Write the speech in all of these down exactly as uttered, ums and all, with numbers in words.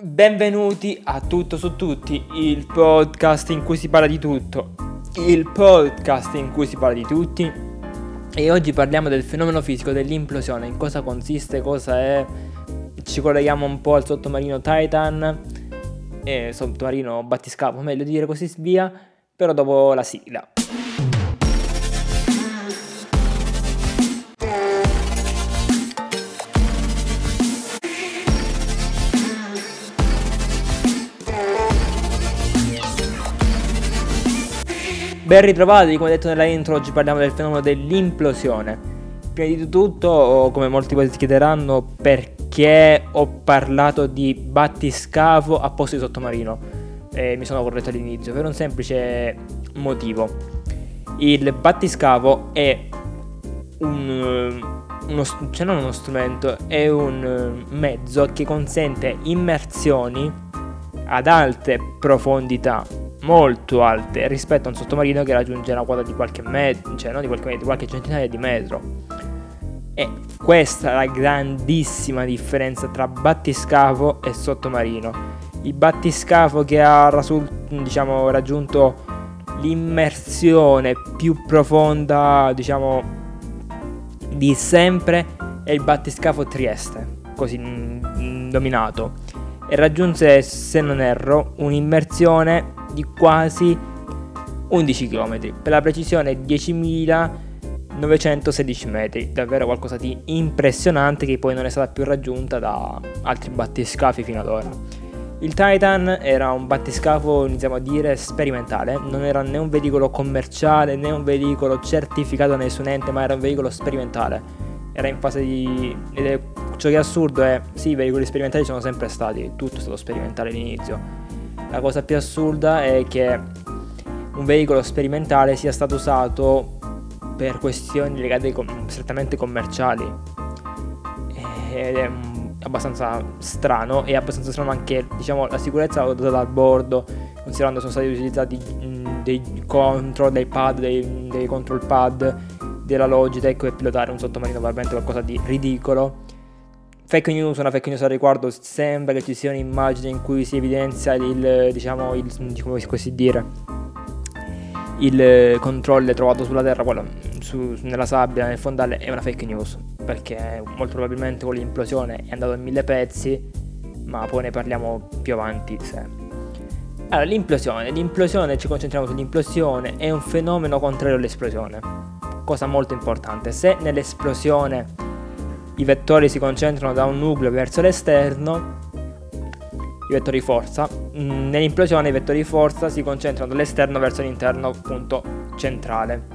Benvenuti a Tutto su Tutti, il podcast in cui si parla di tutto, il podcast in cui si parla di tutti. E oggi parliamo del fenomeno fisico dell'implosione, in cosa consiste, cosa è. Ci colleghiamo un po' al sottomarino Titan, e sottomarino battiscafo, meglio dire così via, però dopo la sigla. Ben ritrovati, come detto nella intro, oggi parliamo del fenomeno dell'implosione. Prima di tutto, come molti poi si chiederanno, perché ho parlato di battiscafo a posto di sottomarino. E mi sono corretto all'inizio, per un semplice motivo. Il battiscafo è un, uno, cioè non uno strumento, è un mezzo che consente immersioni ad alte profondità, molto alte rispetto a un sottomarino che raggiunge una quota di qualche metro, cioè non di qualche metro, di qualche centinaia di metro. E questa è la grandissima differenza tra battiscafo e sottomarino. Il battiscafo che ha rasul- diciamo, raggiunto l'immersione più profonda, diciamo, di sempre è il battiscafo Trieste, così mm, nominato, e raggiunse, se non erro, un'immersione di quasi undici chilometri, per la precisione diecimilanovecentosedici metri, davvero qualcosa di impressionante che poi non è stata più raggiunta da altri battiscafi fino ad ora. Il Titan era un battiscafo, iniziamo a dire, sperimentale, non era né un veicolo commerciale né un veicolo certificato da nessun ente, ma era un veicolo sperimentale, era in fase di... ed è... ciò che è assurdo è, sì, i veicoli sperimentali sono sempre stati, tutto è stato sperimentale all'inizio. La cosa più assurda è che un veicolo sperimentale sia stato usato per questioni legate com- strettamente commerciali, ed è um, abbastanza strano, e abbastanza strano anche, diciamo, la sicurezza data dal bordo, considerando sono stati utilizzati mh, dei control, dei pad, dei, dei control pad della Logitech per pilotare un sottomarino, veramente qualcosa di ridicolo. Fake news, una fake news al riguardo, sembra che ci sia un'immagine in cui si evidenzia il, diciamo, il, come così dire, il controller trovato sulla terra, quello su, nella sabbia, nel fondale, è una fake news, perché molto probabilmente con l'implosione è andato in mille pezzi, ma poi ne parliamo più avanti. Se. Allora, l'implosione, l'implosione, ci concentriamo sull'implosione, è un fenomeno contrario all'esplosione, cosa molto importante. Se nell'esplosione i vettori si concentrano da un nucleo verso l'esterno, i vettori forza, nell'implosione i vettori forza si concentrano dall'esterno verso l'interno, punto centrale.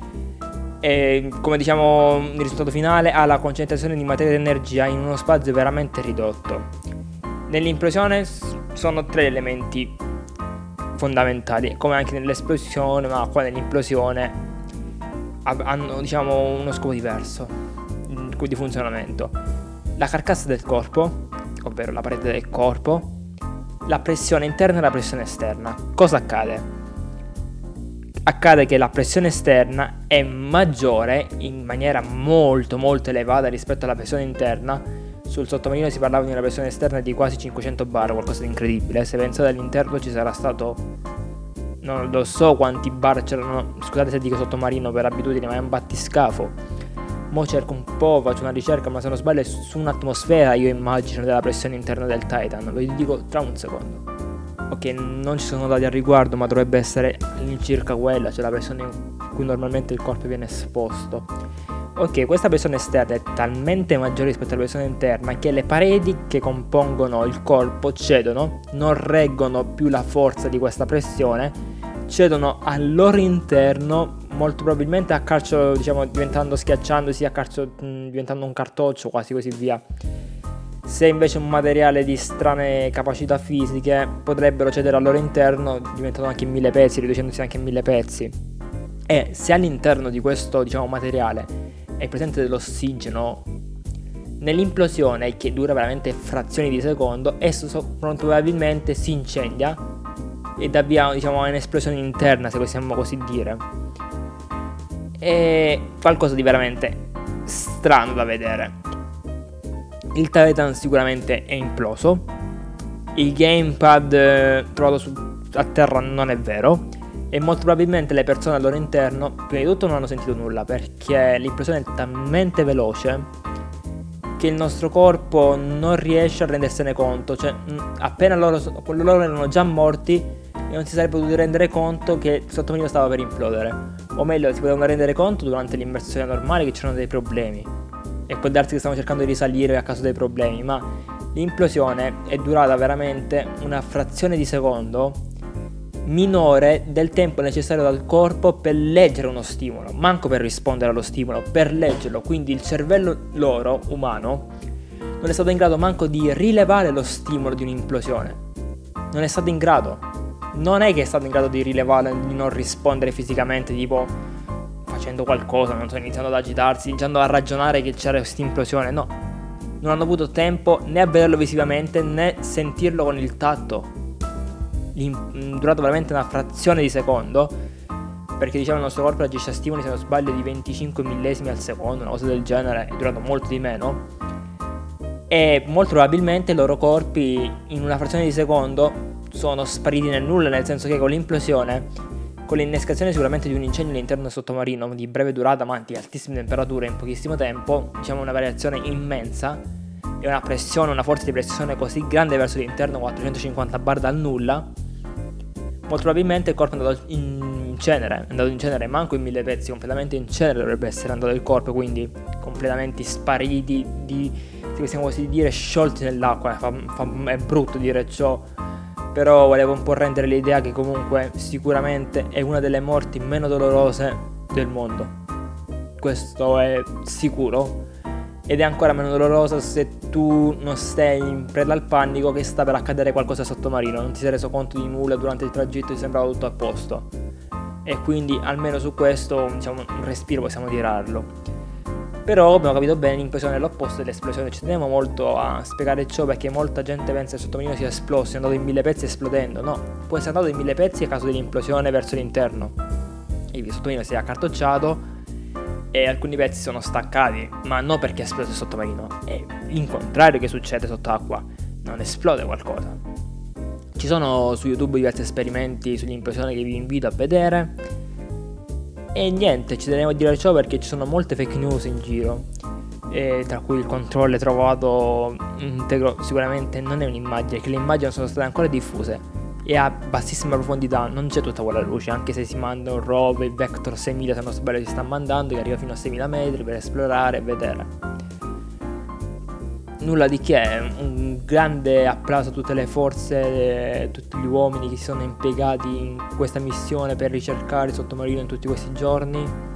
E come diciamo, il risultato finale ha la concentrazione di materia ed energia in uno spazio veramente ridotto. Nell'implosione sono tre elementi fondamentali, come anche nell'esplosione, ma qua nell'implosione hanno, diciamo, uno scopo diverso di funzionamento: la carcassa del corpo, ovvero la parete del corpo, la pressione interna e la pressione esterna. Cosa accade? Accade che la pressione esterna è maggiore in maniera molto molto elevata rispetto alla pressione interna. Sul sottomarino si parlava di una pressione esterna di quasi cinquecento bar, qualcosa di incredibile. Se pensate all'interno ci sarà stato, non lo so quanti bar c'erano, scusate se dico sottomarino per abitudine, ma è un battiscafo. Mo cerco un po', faccio una ricerca, ma se non sbaglio è su un'atmosfera, io immagino, della pressione interna del Titan. Ve lo dico tra un secondo. Ok, non ci sono dati al riguardo, ma dovrebbe essere all'incirca quella, cioè la pressione in cui normalmente il corpo viene esposto. Ok, questa pressione esterna è talmente maggiore rispetto alla pressione interna che le pareti che compongono il corpo cedono, non reggono più la forza di questa pressione, cedono al loro interno, molto probabilmente a calcio, diciamo, diventando, schiacciandosi a calcio, mh, diventando un cartoccio, quasi così via. Se invece un materiale di strane capacità fisiche, potrebbero cedere al loro interno, diventando anche in mille pezzi, riducendosi anche in mille pezzi. E se all'interno di questo, diciamo, materiale è presente dell'ossigeno, nell'implosione, che dura veramente frazioni di secondo, esso so, probabilmente si incendia ed avvia, diciamo, un'esplosione interna, se possiamo così dire. È qualcosa di veramente strano da vedere. Il Titan sicuramente è imploso, il gamepad eh, trovato su, a terra non è vero, e molto probabilmente le persone al loro interno prima di tutto non hanno sentito nulla, perché l'implosione è talmente veloce che il nostro corpo non riesce a rendersene conto. Cioè appena loro, loro erano già morti e non si sarebbe potuto rendere conto che il sottomarino stava per implodere, o meglio si potevano rendere conto durante l'immersione normale che c'erano dei problemi e può darsi che stavano cercando di risalire a causa dei problemi, ma l'implosione è durata veramente una frazione di secondo minore del tempo necessario dal corpo per leggere uno stimolo, manco per rispondere allo stimolo, per leggerlo. Quindi il cervello loro, umano, non è stato in grado manco di rilevare lo stimolo di un'implosione. Non è stato in grado. Non è che è stato in grado di rilevare, di non rispondere fisicamente, tipo facendo qualcosa, non so, iniziando ad agitarsi, iniziando a ragionare che c'era questa implosione. No, non hanno avuto tempo né a vederlo visivamente né sentirlo con il tatto. Durato veramente una frazione di secondo, perché diciamo il nostro corpo agisce a stimoli, se non sbaglio, di venticinque millesimi al secondo, una cosa del genere, è durato molto di meno, e molto probabilmente i loro corpi in una frazione di secondo sono spariti nel nulla, nel senso che con l'implosione, con l'innescazione sicuramente di un incendio all'interno del sottomarino di breve durata ma di altissime temperature in pochissimo tempo, diciamo una variazione immensa e una pressione, una forza di pressione così grande verso l'interno, quattrocentocinquanta bar dal nulla, molto probabilmente il corpo è andato in cenere, è andato in cenere, manco in mille pezzi, completamente in cenere dovrebbe essere andato il corpo, quindi completamente spariti, di, se possiamo così dire, sciolti nell'acqua. Fa, fa, è brutto dire ciò, però volevo un po' rendere l'idea che comunque sicuramente è una delle morti meno dolorose del mondo, questo è sicuro, ed è ancora meno dolorosa se tu non sei in preda al panico che sta per accadere qualcosa al sottomarino, non ti sei reso conto di nulla durante il tragitto, ti sembrava tutto a posto, e quindi almeno su questo, diciamo, un respiro possiamo tirarlo. Però abbiamo capito bene, l'implosione è l'opposto dell'esplosione. Ci teniamo molto a spiegare ciò, perché molta gente pensa che il sottomarino sia esploso, sia andato in mille pezzi esplodendo. No, può essere andato in mille pezzi a causa dell'implosione verso l'interno, il sottomarino si è accartocciato e alcuni pezzi sono staccati, ma non perché è esploso il sottomarino, è il contrario che succede sott'acqua, non esplode qualcosa. Ci sono su YouTube diversi esperimenti sull'implosione che vi invito a vedere, e niente, ci tenevo a dire ciò perché ci sono molte fake news in giro, e tra cui il controllo trovato integro sicuramente non è un'immagine, che le immagini sono state ancora diffuse e a bassissima profondità, non c'è tutta quella luce, anche se si manda un R O V, il Vector seimila se non sbaglio si sta mandando, che arriva fino a seimila metri per esplorare e vedere. Nulla di che, un grande applauso a tutte le forze, tutti gli uomini che si sono impiegati in questa missione per ricercare il sottomarino in tutti questi giorni.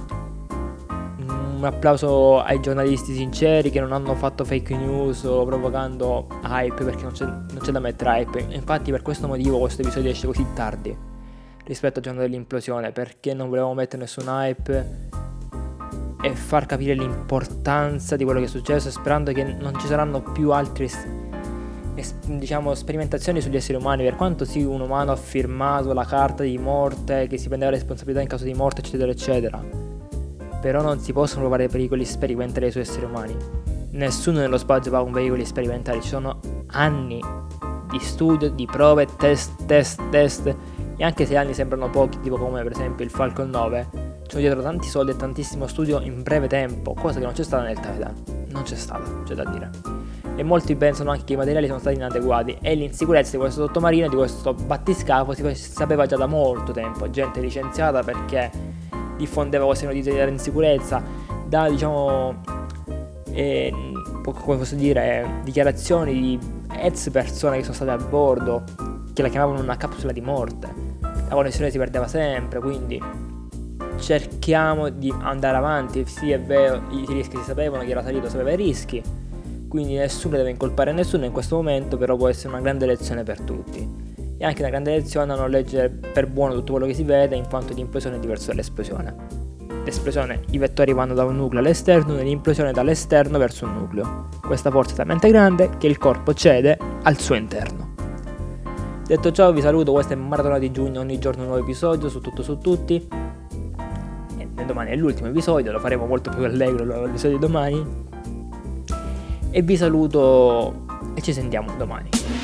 Un applauso ai giornalisti sinceri che non hanno fatto fake news o provocando hype, perché non c'è, non c'è da mettere hype. Infatti per questo motivo questo episodio esce così tardi rispetto al giorno dell'implosione, perché non volevamo mettere nessun hype e far capire l'importanza di quello che è successo, sperando che non ci saranno più altre es- diciamo sperimentazioni sugli esseri umani. Per quanto sì, un umano ha firmato la carta di morte che si prendeva responsabilità in caso di morte eccetera eccetera, però non si possono provare veicoli sperimentali su esseri umani. Nessuno nello spazio va con veicoli sperimentali, ci sono anni di studio, di prove, test, test, test, e anche se anni sembrano pochi, tipo come per esempio il Falcon nove, ci sono dietro tanti soldi e tantissimo studio in breve tempo, cosa che non c'è stata nel Titan, non c'è stata, c'è da dire. E molti pensano anche che i materiali sono stati inadeguati, e l'insicurezza di questo sottomarino e di questo battiscafo si sapeva già da molto tempo, gente licenziata perché diffondeva queste notizie di insicurezza, da diciamo eh, come posso dire, dichiarazioni di ex persone che sono state a bordo, che la chiamavano una capsula di morte, la connessione si perdeva sempre, quindi cerchiamo di andare avanti. Sì, è vero, i rischi si sapevano, chi era salito sapeva i rischi, quindi nessuno deve incolpare nessuno in questo momento, però può essere una grande lezione per tutti, e anche una grande lezione a non leggere per buono tutto quello che si vede, in quanto l'implosione è diverso dall'esplosione. L'esplosione, i vettori vanno da un nucleo all'esterno, nell'implosione dall'esterno verso un nucleo. Questa forza è talmente grande che il corpo cede al suo interno. Detto ciò vi saluto, questa è Maratona di Giugno, ogni giorno un nuovo episodio su tutto su tutti, e domani è l'ultimo episodio, lo faremo molto più allegro l'episodio di domani, e vi saluto e ci sentiamo domani.